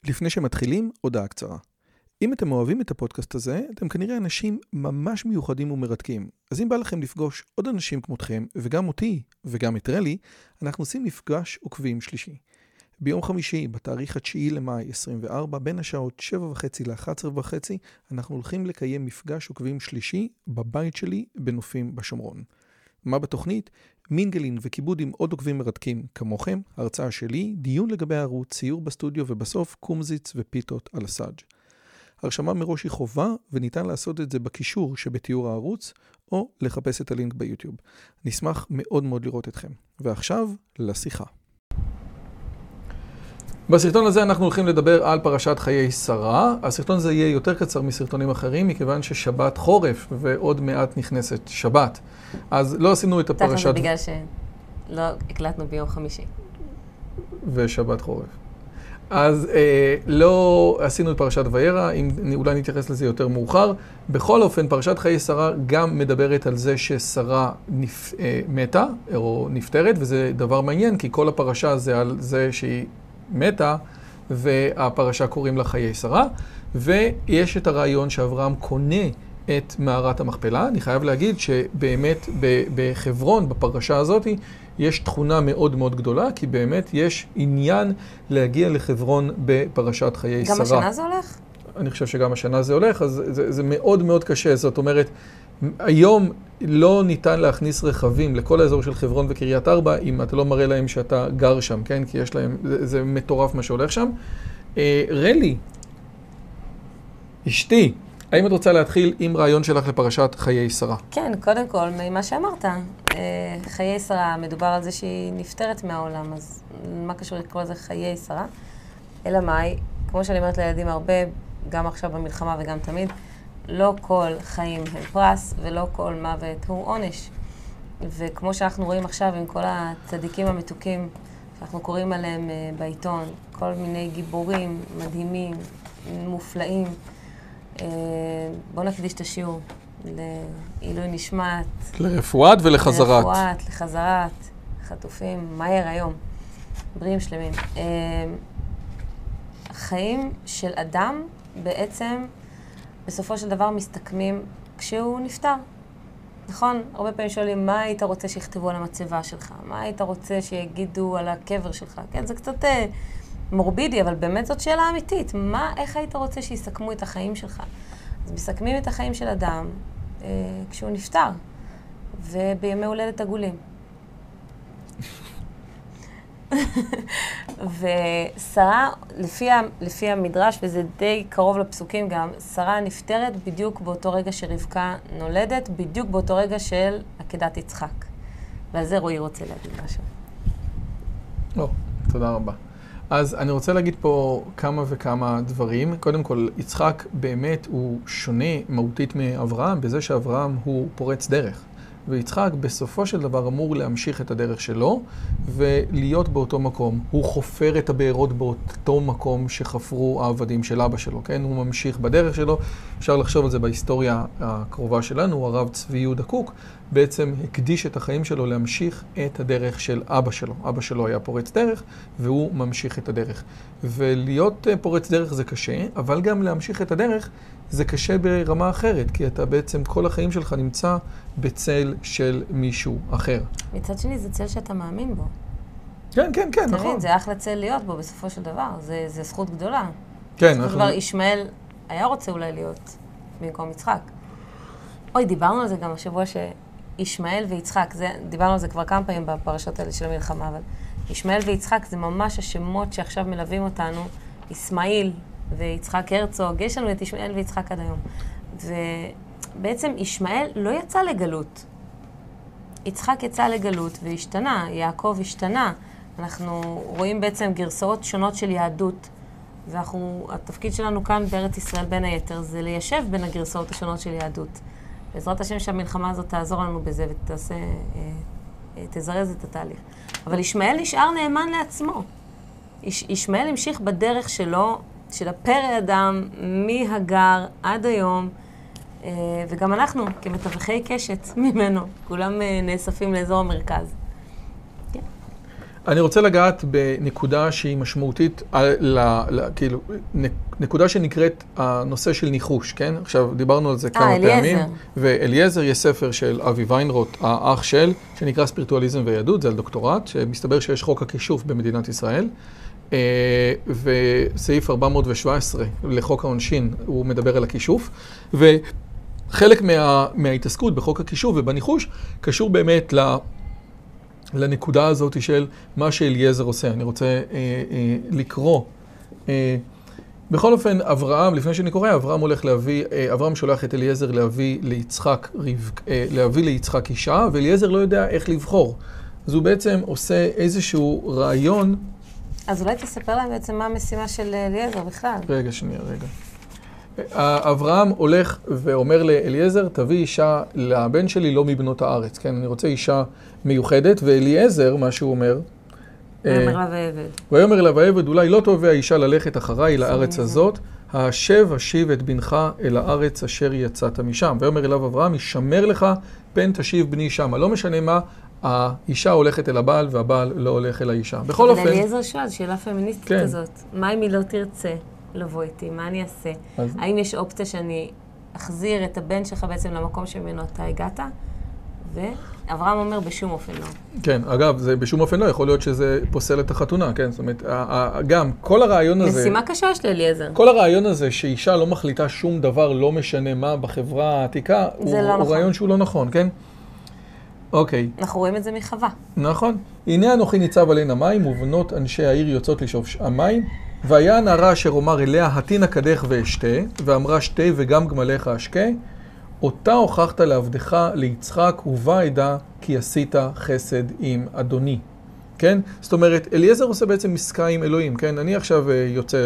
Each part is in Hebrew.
לפני שמתחילים, הודעה קצרה. אם אתם אוהבים את הפודקאסט הזה, אתם כנראה אנשים ממש מיוחדים ומרתקים. אז אם בא לכם לפגוש עוד אנשים כמותכם, וגם אותי, וגם את רלי, אנחנו עושים מפגש עוקבים שלישי. ביום חמישי, בתאריך 9 למאי 24, בין השעות 7:30 ל-11:30, אנחנו הולכים לקיים מפגש עוקבים שלישי בבית שלי בנופים בשומרון. מה בתוכנית? מינגלין וכיבוד עם עוד עוקבים מרתקים כמוכם, הרצאה שלי, דיון לגבי הערוץ, ציור בסטודיו ובסוף קומזיץ ופיתות על הסאג'. הרשמה מראש היא חובה וניתן לעשות את זה בקישור שבתיאור הערוץ או לחפש את הלינק ביוטיוב. נשמח מאוד מאוד לראות אתכם. ועכשיו לשיחה. בסרטון הזה אנחנו הולכים לדבר על פרשת חיי שרה. הסרטון הזה יהיה יותר קצר מסרטונים אחרים, מכיוון ששבת חורף ועוד מעט נכנסת שבת. אז לא עשינו את הפרשת... זה בגלל שלא הקלטנו ביום חמישי. ושבת חורף. אז לא עשינו את פרשת וירא, אולי נתייחס לזה יותר מאוחר. בכל אופן, פרשת חיי שרה גם מדברת על זה ששרה מתה או נפטרת, וזה דבר מעניין, כי כל הפרשה זה על זה שהיא מתה, והפרשה קוראים לה חיי שרה, ויש את הרעיון שאברהם קונה את מערת המכפלה. אני חייב להגיד שבאמת בחברון, בפרשה הזאת, יש תכונה מאוד מאוד גדולה, כי באמת יש עניין להגיע לחברון בפרשת חיי שרה. גם השנה זה הולך? אני חושב שגם השנה זה הולך, אז זה מאוד מאוד קשה. זאת אומרת, היום לא ניתן להכניס רכבים לכל האזור של חברון וקריית ארבע, אם אתה לא מראה להם שאתה גר שם, כן? כי יש להם, זה מטורף מה שהולך שם. רלי, אשתי, האם את רוצה להתחיל עם רעיון שלך לפרשת חיי שרה? כן, קודם כל, ממה שאמרת, חיי שרה, מדובר על זה שהיא נפטרת מהעולם, אז מה קשור לקרוא לזה חיי שרה? אלא מאי, כמו שאני אומרת לילדים הרבה, גם עכשיו במלחמה וגם תמיד, לא כל חיים הם פרס ולא כל מוות הוא עונש. וכמו שאנחנו רואים עכשיו עם כל הצדיקים המתוקים שאנחנו קוראים עליהם בעיתון, כל מיני גיבורים מדהימים, מופלאים, בואו נקדיש את השיעור לעילוי נשמת. לרפואת ולחזרת. לרפואת, לחזרת, חטופים, מהר היום, בריאים שלמים. החיים של אדם בעצם בסופו של דבר מסתכמים כשהוא נפטר. נכון? הרבה פעמים שואלים, מה היית רוצה שיכתבו על המצבה שלך? מה היית רוצה שיגידו על הקבר שלך? כן, זה קצת מורבידי, אבל באמת זאת שאלה אמיתית. איך היית רוצה שיסכמו את החיים שלך? אז מסכמים את החיים של אדם כשהוא נפטר, ובימי הולדת עגולים. ושרה, לפי המדרש, וזה די קרוב לפסוקים גם, שרה נפטרת בדיוק באותו רגע שרבקה נולדת, בדיוק באותו רגע של עקדת יצחק. ועל זה רועי רוצה להגיד משהו. תודה רבה. אז אני רוצה להגיד פה כמה וכמה דברים. קודם כל, יצחק באמת הוא שונה מהותית מאברהם, בזה שאברהם הוא פורץ דרך. ויצחק בסופו של דבר אמור להמשיך את הדרך שלו ולהיות באותו מקום. הוא חופר את הבארות באותו מקום שחפרו העבדים של אבא שלו, כן? הוא ממשיך בדרך שלו. אפשר לחשוב על זה בהיסטוריה הקרובה שלנו. הרב צבי יהודה קוק בעצם הקדיש את החיים שלו להמשיך את הדרך של אבא שלו. אבא שלו היה פורץ דרך והוא ממשיך את הדרך. ולהיות פורץ דרך זה קשה, אבל גם להמשיך את הדרך זה קשה ברמה אחרת, כי אתה בעצם כל החיים שלך נמצא בצל של מישהו אחר. מצד שני, זה צל שאתה מאמין בו. כן, כן, כן, נכון. תבין, זה אחלה צל להיות בו בסופו של דבר. זה זכות גדולה. כן, בסופו של דבר, ישמעאל היה רוצה אולי להיות במקום יצחק. דיברנו על זה גם השבוע שישמעאל ויצחק, דיברנו על זה כבר כמה פעמים בפרשות האלה של המלחמה, אבל ישמעאל ויצחק זה ממש השמות שעכשיו מלווים אותנו, ישמעאל ויצחק הרצוג, יש לנו את ישמעאל ויצחק עד היום. ובעצם ישמעאל לא יצא לגלות. יצחק יצא לגלות והשתנה, יעקב השתנה. אנחנו רואים בעצם גרסאות שונות של יהדות, והתפקיד שלנו כאן בארץ ישראל בין היתר זה ליישב בין הגרסאות השונות של יהדות. בעזרת השם שהמלחמה הזאת תעזור לנו בזה ותזרז את התהליך. אבל ישמעאל נשאר נאמן לעצמו. ישמעאל המשיך בדרך שלו, של הפרא אדם, מהגר עד היום, וגם אנחנו, כמתווכי קשת ממנו, כולם נאספים לאזור המרכז. אני רוצה לגעת בנקודה שהיא משמעותית, כאילו, נקודה שנקראת הנושא של ניחוש, כן? עכשיו, דיברנו על זה כמה פעמים. ואליעזר, יש ספר של אבי ויינרוט, האח של, שנקרא ספיריטואליזם ויהדות, זה על דוקטורט, שמסתבר שיש חוק הכישוף במדינת ישראל, וסעיף 417 לחוק העונשין, הוא מדבר על הכישוף, וחלק מההתעסקות בחוק הכישוף ובניחוש, קשור באמת לנקודה הזאת של מה שאליעזר עושה. אני רוצה לקרוא. בכל אופן, אברהם, לפני שאני קורא, אברהם שולח את אליעזר להביא ליצחק אישה, ואליעזר לא יודע איך לבחור. אז הוא בעצם עושה איזשהו רעיון. אז אולי תספר להם בעצם מה המשימה של אליעזר בכלל. רגע. אברהם הולך ואומר לאליעזר, תביא אישה לבן שלי לא מבנות הארץ, כן? אני רוצה אישה מיוחדת, ואליעזר, מה שהוא אומר, ויאמר לה ועבד. ויאמר לה ועבד, אולי לא תאווה האישה ללכת אחריי לארץ הזאת, אשיב את בנך אל הארץ אשר יצאת משם. ויאמר אליו אברהם, ישמר לך פן תשיב בני שמה. לא משנה מה, האישה הולכת אל הבעל והבעל לא הולך אל האישה. בכל אופן... אליעזר שואל, שאלה פמיניסטית כזאת. מה אם היא לא תרצה לבוא איתי? מה אני אעשה? האם יש אופציה שאני אחזיר את הבן שלך בעצם למקום שממנו אתה הגעת? ואברהם אומר בשום אופן לא. כן, אגב, זה בשום אופן לא, יכול להיות שזה פוסל את החתונה, כן? זאת אומרת, גם כל הרעיון הזה... משימה קשה של אליעזר. כל הרעיון הזה שאישה לא מחליטה שום דבר, לא משנה מה בחברה העתיקה, הוא רעיון שהוא לא נכון, כן? אוקיי. אנחנו רואים את זה מחווה. נכון. הנה אנוכי ניצב עליהן המים, ובנות אנשי העיר יוצאות לשאוב המים, והיה הנערה אשר אומר אליה, התינה קדך ואשתה, ואמרה שתה וגם גמליך אשקה, אותה הוכחת לעבדך ליצחק, ובה עדה כי עשית חסד עם אדוני. כן? זאת אומרת, אליעזר עושה בעצם עסקה עם אלוהים, כן? אני עכשיו יוצא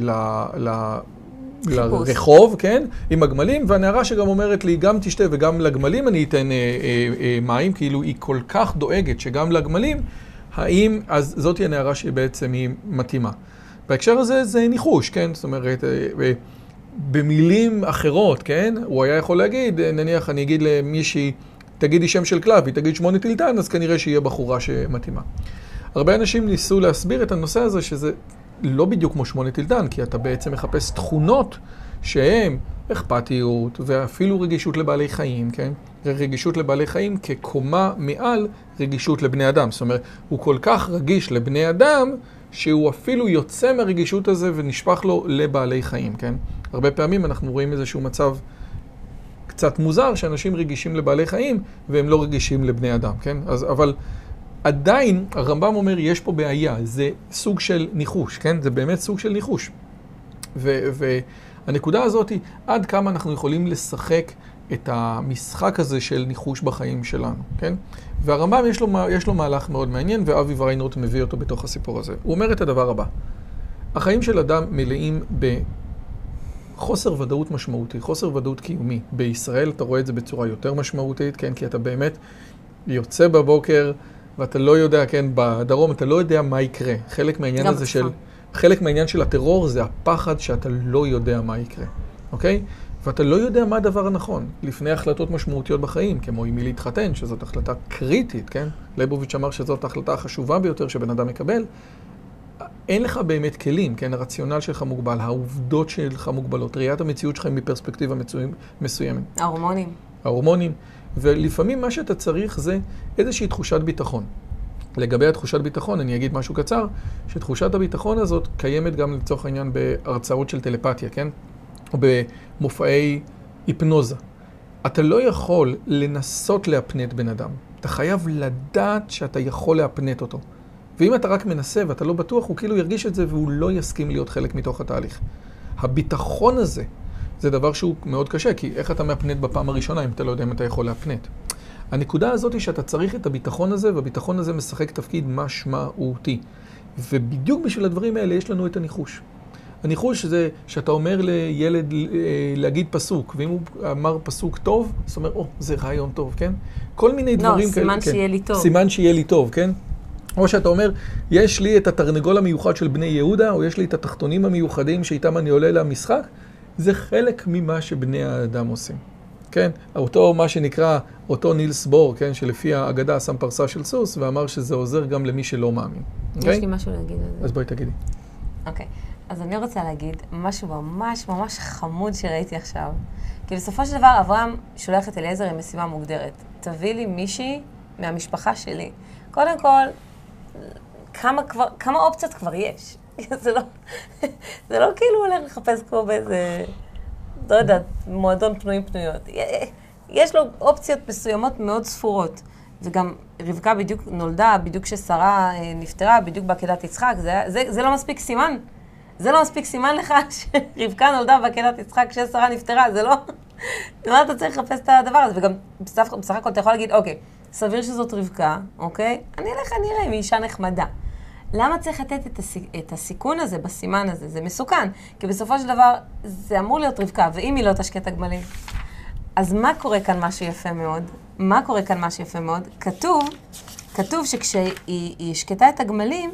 לרחוב, כן? עם הגמלים, והנערה שגם אומרת לי, גם תשתה וגם לגמלים אני אתן מים, כאילו היא כל כך דואגת שגם לגמלים, האם, אז זאת היא הנערה שבעצם היא מתאימה. בהקשר הזה זה ניחוש, כן? זאת אומרת, במילים אחרות, כן? הוא היה יכול להגיד, נניח אני אגיד למישהי, תגידי שם של כלב, היא תגיד 8 טילטן, אז כנראה שיהיה בחורה שמתאימה. הרבה אנשים ניסו להסביר את הנושא הזה, שזה לא בדיוק כמו 8 טילטן, כי אתה בעצם מחפש תכונות שהן אכפתיות, ואפילו רגישות לבעלי חיים, כן? רגישות לבעלי חיים כקומה מעל רגישות לבני אדם. זאת אומרת, הוא כל כך רגיש לבני אדם, שהוא אפילו יוצא מהרגישות הזה ונשפך לו לבעלי חיים, כן? הרבה פעמים אנחנו רואים איזשהו מצב קצת מוזר, שאנשים רגישים לבעלי חיים, והם לא רגישים לבני אדם, כן? אבל עדיין, הרמב"ם אומר, יש פה בעיה, זה סוג של ניחוש, כן? זה באמת סוג של ניחוש. והנקודה הזאת היא, עד כמה אנחנו יכולים לשחק את המשחק הזה של ניחוש בחיים שלנו, כן? והרמב"ם יש לו מהלך מאוד מעניין, ואבי ויינרוט מביא אותו בתוך הסיפור הזה. הוא אומר את הדבר הבא, החיים של אדם מלאים בחוסר ודאות משמעותי, חוסר ודאות קיומי. בישראל אתה רואה את זה בצורה יותר משמעותית, כן? כי אתה באמת יוצא בבוקר, ואתה לא יודע, כן, בדרום אתה לא יודע מה יקרה. חלק מהעניין של הטרור זה הפחד שאתה לא יודע מה יקרה, אוקיי? ואתה לא יודע מה הדבר הנכון. לפני החלטות משמעותיות בחיים, כמו עם מי להתחתן, שזאת החלטה קריטית, כן? ליבוביץ' אמר שזאת ההחלטה החשובה ביותר שבן אדם מקבל. אין לך באמת כלים, כן? הרציונל שלך מוגבל, העובדות שלך מוגבלות, ראיית המציאות שלך מפרספקטיבה מסוימת. ההורמונים. ולפעמים מה שאתה צריך זה איזושהי תחושת ביטחון. לגבי התחושת ביטחון, אני אגיד משהו קצר, שתחושת הביטחון הזאת קיימת גם לצורך העניין בהרצאות של טלפתיה, כן? או במופעי היפנוזה. אתה לא יכול לנסות להפנט בן אדם. אתה חייב לדעת שאתה יכול להפנט אותו. ואם אתה רק מנסה ואתה לא בטוח, הוא כאילו ירגיש את זה והוא לא יסכים להיות חלק מתוך התהליך. הביטחון הזה, זה דבר שהוא מאוד קשה, כי איך אתה מאפנט בפעם הראשונה אם אתה לא יודע אם אתה יכול להפנט? הנקודה הזאת היא שאתה צריך את הביטחון הזה, והביטחון הזה משחק תפקיד משמעותי. ובדיוק בשביל הדברים האלה יש לנו את הניחוש. הניחוש זה שאתה אומר לילד להגיד פסוק, ואם הוא אמר פסוק טוב, זאת אומרת, זה רעיון טוב, כן? כל מיני דברים כאלה. סימן שיהיה לי טוב. סימן שיהיה לי טוב, כן? או שאתה אומר, יש לי את התרנגול המיוחד של בני יהודה, או יש לי את התחתונים המיוחדים שאיתם אני עולה למשחק, זה חלק ממה שבני האדם עושים. כן? אותו, מה שנקרא, אותו נילס בור, כן? שלפי האגדה שם פרסה של סוס, ואמר שזה עוזר גם למי שלא מאמין. יש לי משהו להגיד על זה. אז בואי תגידי. אוקיי. אז אני רוצה להגיד משהו ממש ממש חמוד שראיתי עכשיו. כי בסופו של דבר, אברהם שולח את אליעזר עם משימה מוגדרת. תביא לי מישהי מהמשפחה שלי. קודם כל, כמה אופציות כבר יש. זה לא כאילו הולך לחפש כמו באיזה, לא יודעת, מועדון פנויות. יש לו אופציות מסוימות מאוד ספורות. וגם רבקה בדיוק נולדה, בדיוק כששרה נפטרה, בדיוק בעקדת יצחק. זה לא מספיק סימן. זה לא מספיק סימן לך שרבקה נולדה בעקדת יצחק כששרה נפטרה. זה לא... למה אתה צריך לחפש את הדבר הזה? וגם בסך הכל אתה יכול להגיד, אוקיי, סביר שזאת רבקה, אוקיי? אני אלך, אני אראה אם היא אישה נחמדה. למה צריך לתת את הסיכון הזה בסימן הזה? זה מסוכן, כי בסופו של דבר זה אמור להיות רבקה, ואם היא לא תשקה את הגמלים. אז מה קורה כאן משהו יפה מאוד? כתוב שכשהיא השקטה את הגמלים,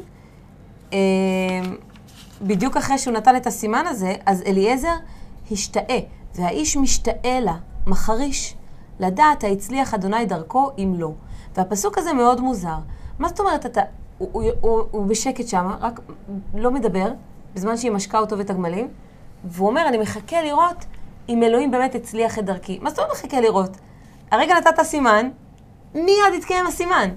בדיוק אחרי שהוא נתן את הסימן הזה, אז אליעזר השתאה, והאיש משתאה לה, מחריש, לדעת הצליח אדוני דרכו אם לא. והפסוק הזה מאוד מוזר. מה זאת אומרת, הוא בשקט שם, רק לא מדבר, בזמן שהיא משקה אותו ואת הגמלים, והוא אומר, אני מחכה לראות אם אלוהים באמת הצליח את דרכי. מה זאת אומרת מחכה לראות? הרגע נתת סימן, מיד התקיים הסימן.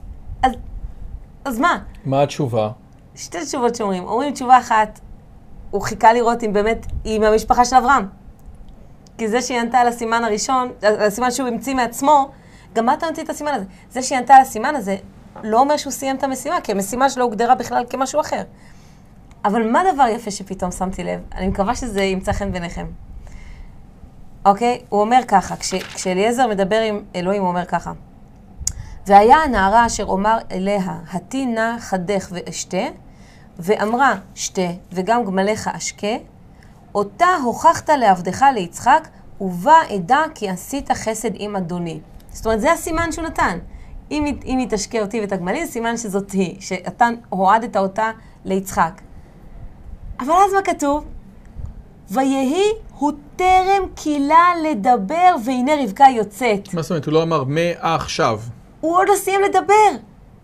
אז מה? מה התשובה? שתי תשובות שאומרים. אומרים תשובה אחת, הוא חיכה לראות אם באמת היא מהמשפחה של אברהם. כי זה שהיא ענתה על הסימן הראשון, על הסימן שהוא המציא מעצמו, גם מה אתה ענתי את הסימן הזה? זה שהיא ענתה על הסימן הזה, לא אומר שהוא סיים את המשימה, כי המשימה שלו הוגדרה בכלל כמשהו אחר. אבל מה דבר יפה שפתאום שמתי לב? אני מקווה שזה ימצא חן ביניכם. אוקיי? הוא אומר ככה, כשאליעזר מדבר עם אלוהים, הוא אומר ככה. והיה הנערה אשר אומר אליה, התי נא חדך ואשתה, ואמרה שתה, וגם גמליך אשקה, אותה הוכחת לעבדך ליצחק, ובה עדה כי עשית חסד עם אדוני. זאת אומרת, זה הסימן שהוא נתן. אם היא תשקה אותי ואת הגמלים, זה סימן שזאת היא, שאתה הועדת אותה ליצחק. אבל אז מה כתוב? ויהי הוא טרם קילה לדבר, והנה רבקה יוצאת. מה זאת אומרת? הוא לא אמר מעכשיו. הוא עוד לא סיים לדבר.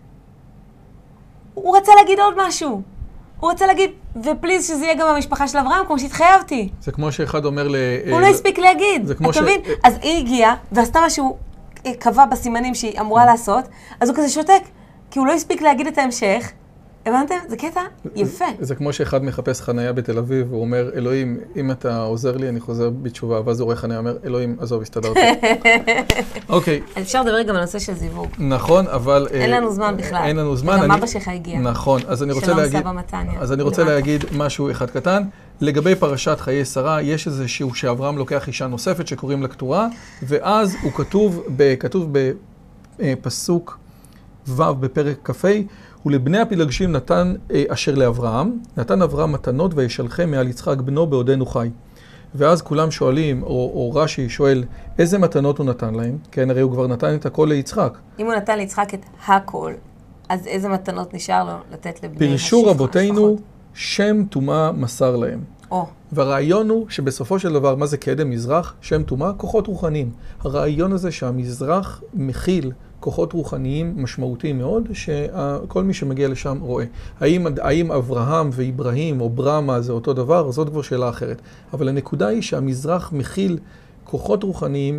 הוא רצה להגיד עוד משהו. הוא רצה להגיד, ופליז שזה יהיה גם במשפחה של אברהם, כמו שהתחייבתי. זה כמו שאחד אומר הוא לא הספיק להגיד. אתה מבין? אז היא הגיעה, ועשתה משהו קבע בסימנים שהיא אמורה לעשות, אז הוא כזה שותק, כי הוא לא הספיק להגיד את ההמשך. הבנתם? זה קטע יפה. זה כמו שאחד מחפש חנייה בתל אביב, והוא אומר, אלוהים, אם אתה עוזר לי, אני חוזר בתשובה, ואז הוא רואה חנייה, אומר, אלוהים, עזוב, הסתדרתי. אוקיי. אפשר לדבר גם על הנושא של זיווג. נכון, אבל... אין לנו זמן בכלל. אין לנו זמן. וגם אבא שלך הגיע. נכון, אז אני רוצה להגיד משהו אחד קטן. לגבי פרשת חיי שרה, יש איזשהו שאברהם לוקח אישה נוספת שקוראים לה קטורה, ואז הוא כתוב בפסוק ו' בפרק כ"ה, ולבני הפילגשים נתן אשר לאברהם, נתן אברהם מתנות וישלחם מעל יצחק בנו בעודנו חי. ואז כולם שואלים, או רש"י שואל, איזה מתנות הוא נתן להם? כן, הרי הוא כבר נתן את הכל ליצחק. אם הוא נתן ליצחק את הכל, אז איזה מתנות נשאר לו לתת לבני השפחה? פירשו רבותינו, שם טומאה מסר להם. והרעיון הוא שבסופו של דבר, מה זה קדם מזרח? שם טומאה, כוחות רוחניים. הרעיון הזה שהמזרח מכיל כוחות רוחניים משמעותיים מאוד, שכל מי שמגיע לשם רואה. האם אברהם ואיברהים או ברמה זה אותו דבר? זאת כבר שאלה אחרת. אבל הנקודה היא שהמזרח מכיל כוחות רוחניים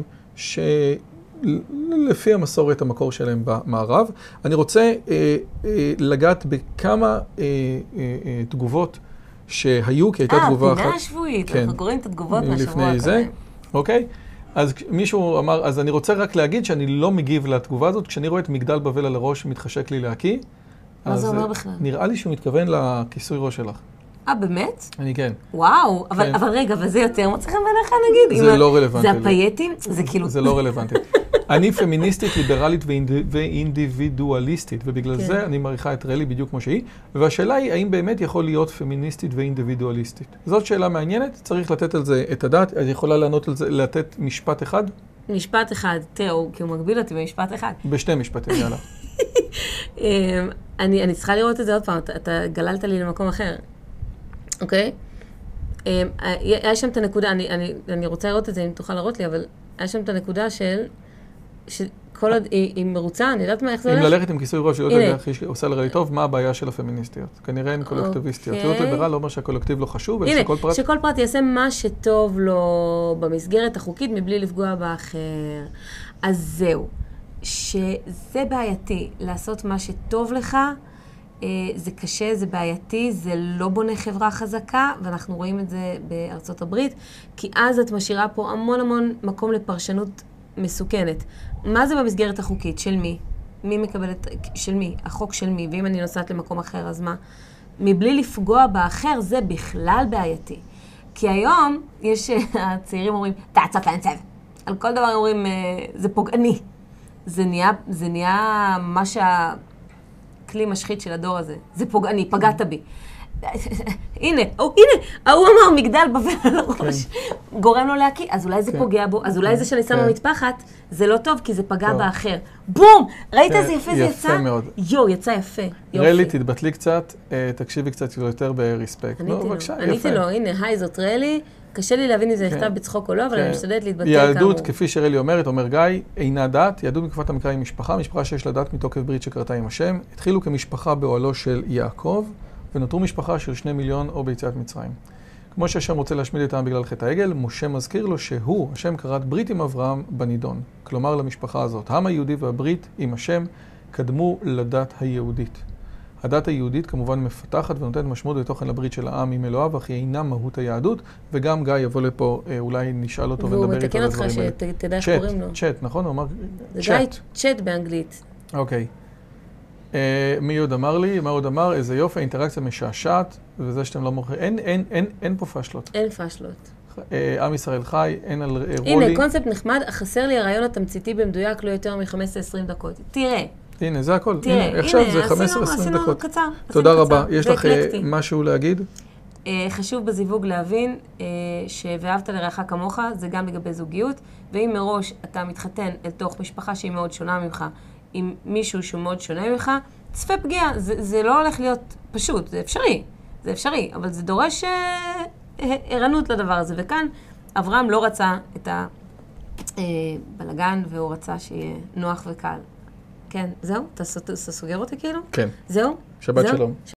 שלפי המסורת המקור שלהם במערב. אני רוצה לגעת בכמה תגובות שהיו, כי הייתה תגובה אחת. פינה השבועית, אנחנו קוראים את התגובות מהשבוע לפני זה, אוקיי? אז מישהו אמר, אז אני רוצה רק להגיד שאני לא מגיב לתגובה הזאת, כשאני רואה את מגדל בבל על הראש מתחשק לי להקיא. מה זה אומר בכלל? נראה לי שהוא מתכוון לכיסוי ראש שלך. באמת? אני כן. וואו, אבל רגע, וזה יותר מוצא חן בעיניך נגיד? זה לא רלוונטי. זה הפייטים? זה כאילו... זה לא רלוונטי. אני פמיניסטית, ליברלית ואינדיבידואליסטית, ובגלל זה אני מעריכה את רלי בדיוק כמו שהיא, והשאלה היא, האם באמת יכול להיות פמיניסטית ואינדיבידואליסטית? זאת שאלה מעניינת, צריך לתת על זה את הדעת, את יכולה לענות על זה, לתת משפט אחד? משפט אחד, תראה, כי הוא מגביל אותי במשפט אחד. בשני משפטים, יאללה. אני צריכה לראות את זה עוד פעם, אתה גללת לי למקום אחר. אוקיי? יש שם את הנקודה, אני רוצה לראות את זה אם תוכל להראות לי, אבל היה שם את הנקודה שכל עוד היא מרוצה, אני יודעת מה, איך זה אם הולך? ללכת עם כיסוי ראש, להיות הכי עושה לרעי טוב, מה הבעיה של הפמיניסטיות? כנראה הן קולקטיביסטיות. להיות ליברל לא אומר שהקולקטיב לא חשוב, אלא שכל פרט... שכל פרט יעשה מה שטוב לו במסגרת החוקית, מבלי לפגוע באחר. אז זהו, שזה בעייתי, לעשות מה שטוב לך, זה קשה, זה בעייתי, זה לא בונה חברה חזקה, ואנחנו רואים את זה בארצות הברית, כי אז את משאירה פה המון המון מקום לפרשנות מסוכנת. מה זה במסגרת החוקית? של מי? מי מקבלת? של מי? החוק של מי? ואם אני נוסעת למקום אחר, אז מה? מבלי לפגוע באחר, זה בכלל בעייתי. כי היום יש, הצעירים אומרים, תעצת להם צבע. על כל דבר אומרים, זה פוגעני. זה נהיה מה כלי משחית של הדור הזה. זה פוגעני, פגעת בי. הנה, הוא אמר מגדל בבל על הראש. גורם לו להקיא, אז אולי זה פוגע בו, אז אולי זה שאני שמה מטפחת, זה לא טוב כי זה פגע באחר. בום! ראית איזה יפה זה יצא? יפה מאוד. יו, יצא יפה. רלי, תתבטלי קצת, תקשיבי קצת יותר ברספקט. עניתי לו, הנה, היי, זאת רלי. קשה לי להבין אם זה נכתב בצחוק או לא, אבל אני משתדלת להתבטא כאמור. יהדות, כפי שרלי אומרת, אומר גיא, אינה דת, יהדות מתקופת המקרא היא משפחה, משפחה שיש לה דת מתוקף ברית שקרתה עם השם, התחילו כמשפחה באוהלו של יעקב, ונותרו משפחה של 2 מיליון או ביציאת מצרים. כמו שהשם רוצה להשמיד את העם בגלל חטא העגל, משה מזכיר לו שהוא, השם כרת ברית עם אברהם בנידון. כלומר למשפחה הזאת, העם היהודי והברית עם השם קדמו לדת היהודית. הדת היהודית כמובן מפתחת ונותנת משמעות ותוכן לברית של העם עם אלוהיו, אך היא אינה מהות היהדות, וגם גיא יבוא לפה, אולי נשאל אותו ונדבר איתו על הדברים האלה. והוא מתקן אותך שתדע איך קוראים לו. צ'אט, נכון? הוא אמר צ'אט. זה גיא צ'אט באנגלית. אוקיי. מי עוד אמר לי? מה עוד אמר? איזה יופי, האינטראקציה משעשעת, וזה שאתם לא מוכרים. אין פה פשלות. אין פשלות. עם ישראל חי, אין על רולי. הנה, קונספט נחמד, חסר לי הרעיון התמציתי במדויק, לא יותר מ-15-20 דקות. תראה. הנה, זה הכל. תראה, עכשיו זה 15-20 עשינו דקות. קצר. תודה רבה. יש לך משהו להגיד? חשוב בזיווג להבין שוואהבת לרעך כמוך, זה גם לגבי זוגיות, ואם מראש אתה מתחתן אל תוך משפחה שהיא מאוד שונה ממך, עם מישהו שהוא מאוד שונה ממך, צפה פגיעה. זה לא הולך להיות פשוט, זה אפשרי. זה אפשרי, אבל זה דורש ערנות לדבר הזה. וכאן אברהם לא רצה את הבלגן, והוא רצה שיהיה נוח וקל. כן, זהו? אתה סוגר אותי כאילו? כן. זהו? שבת שלום.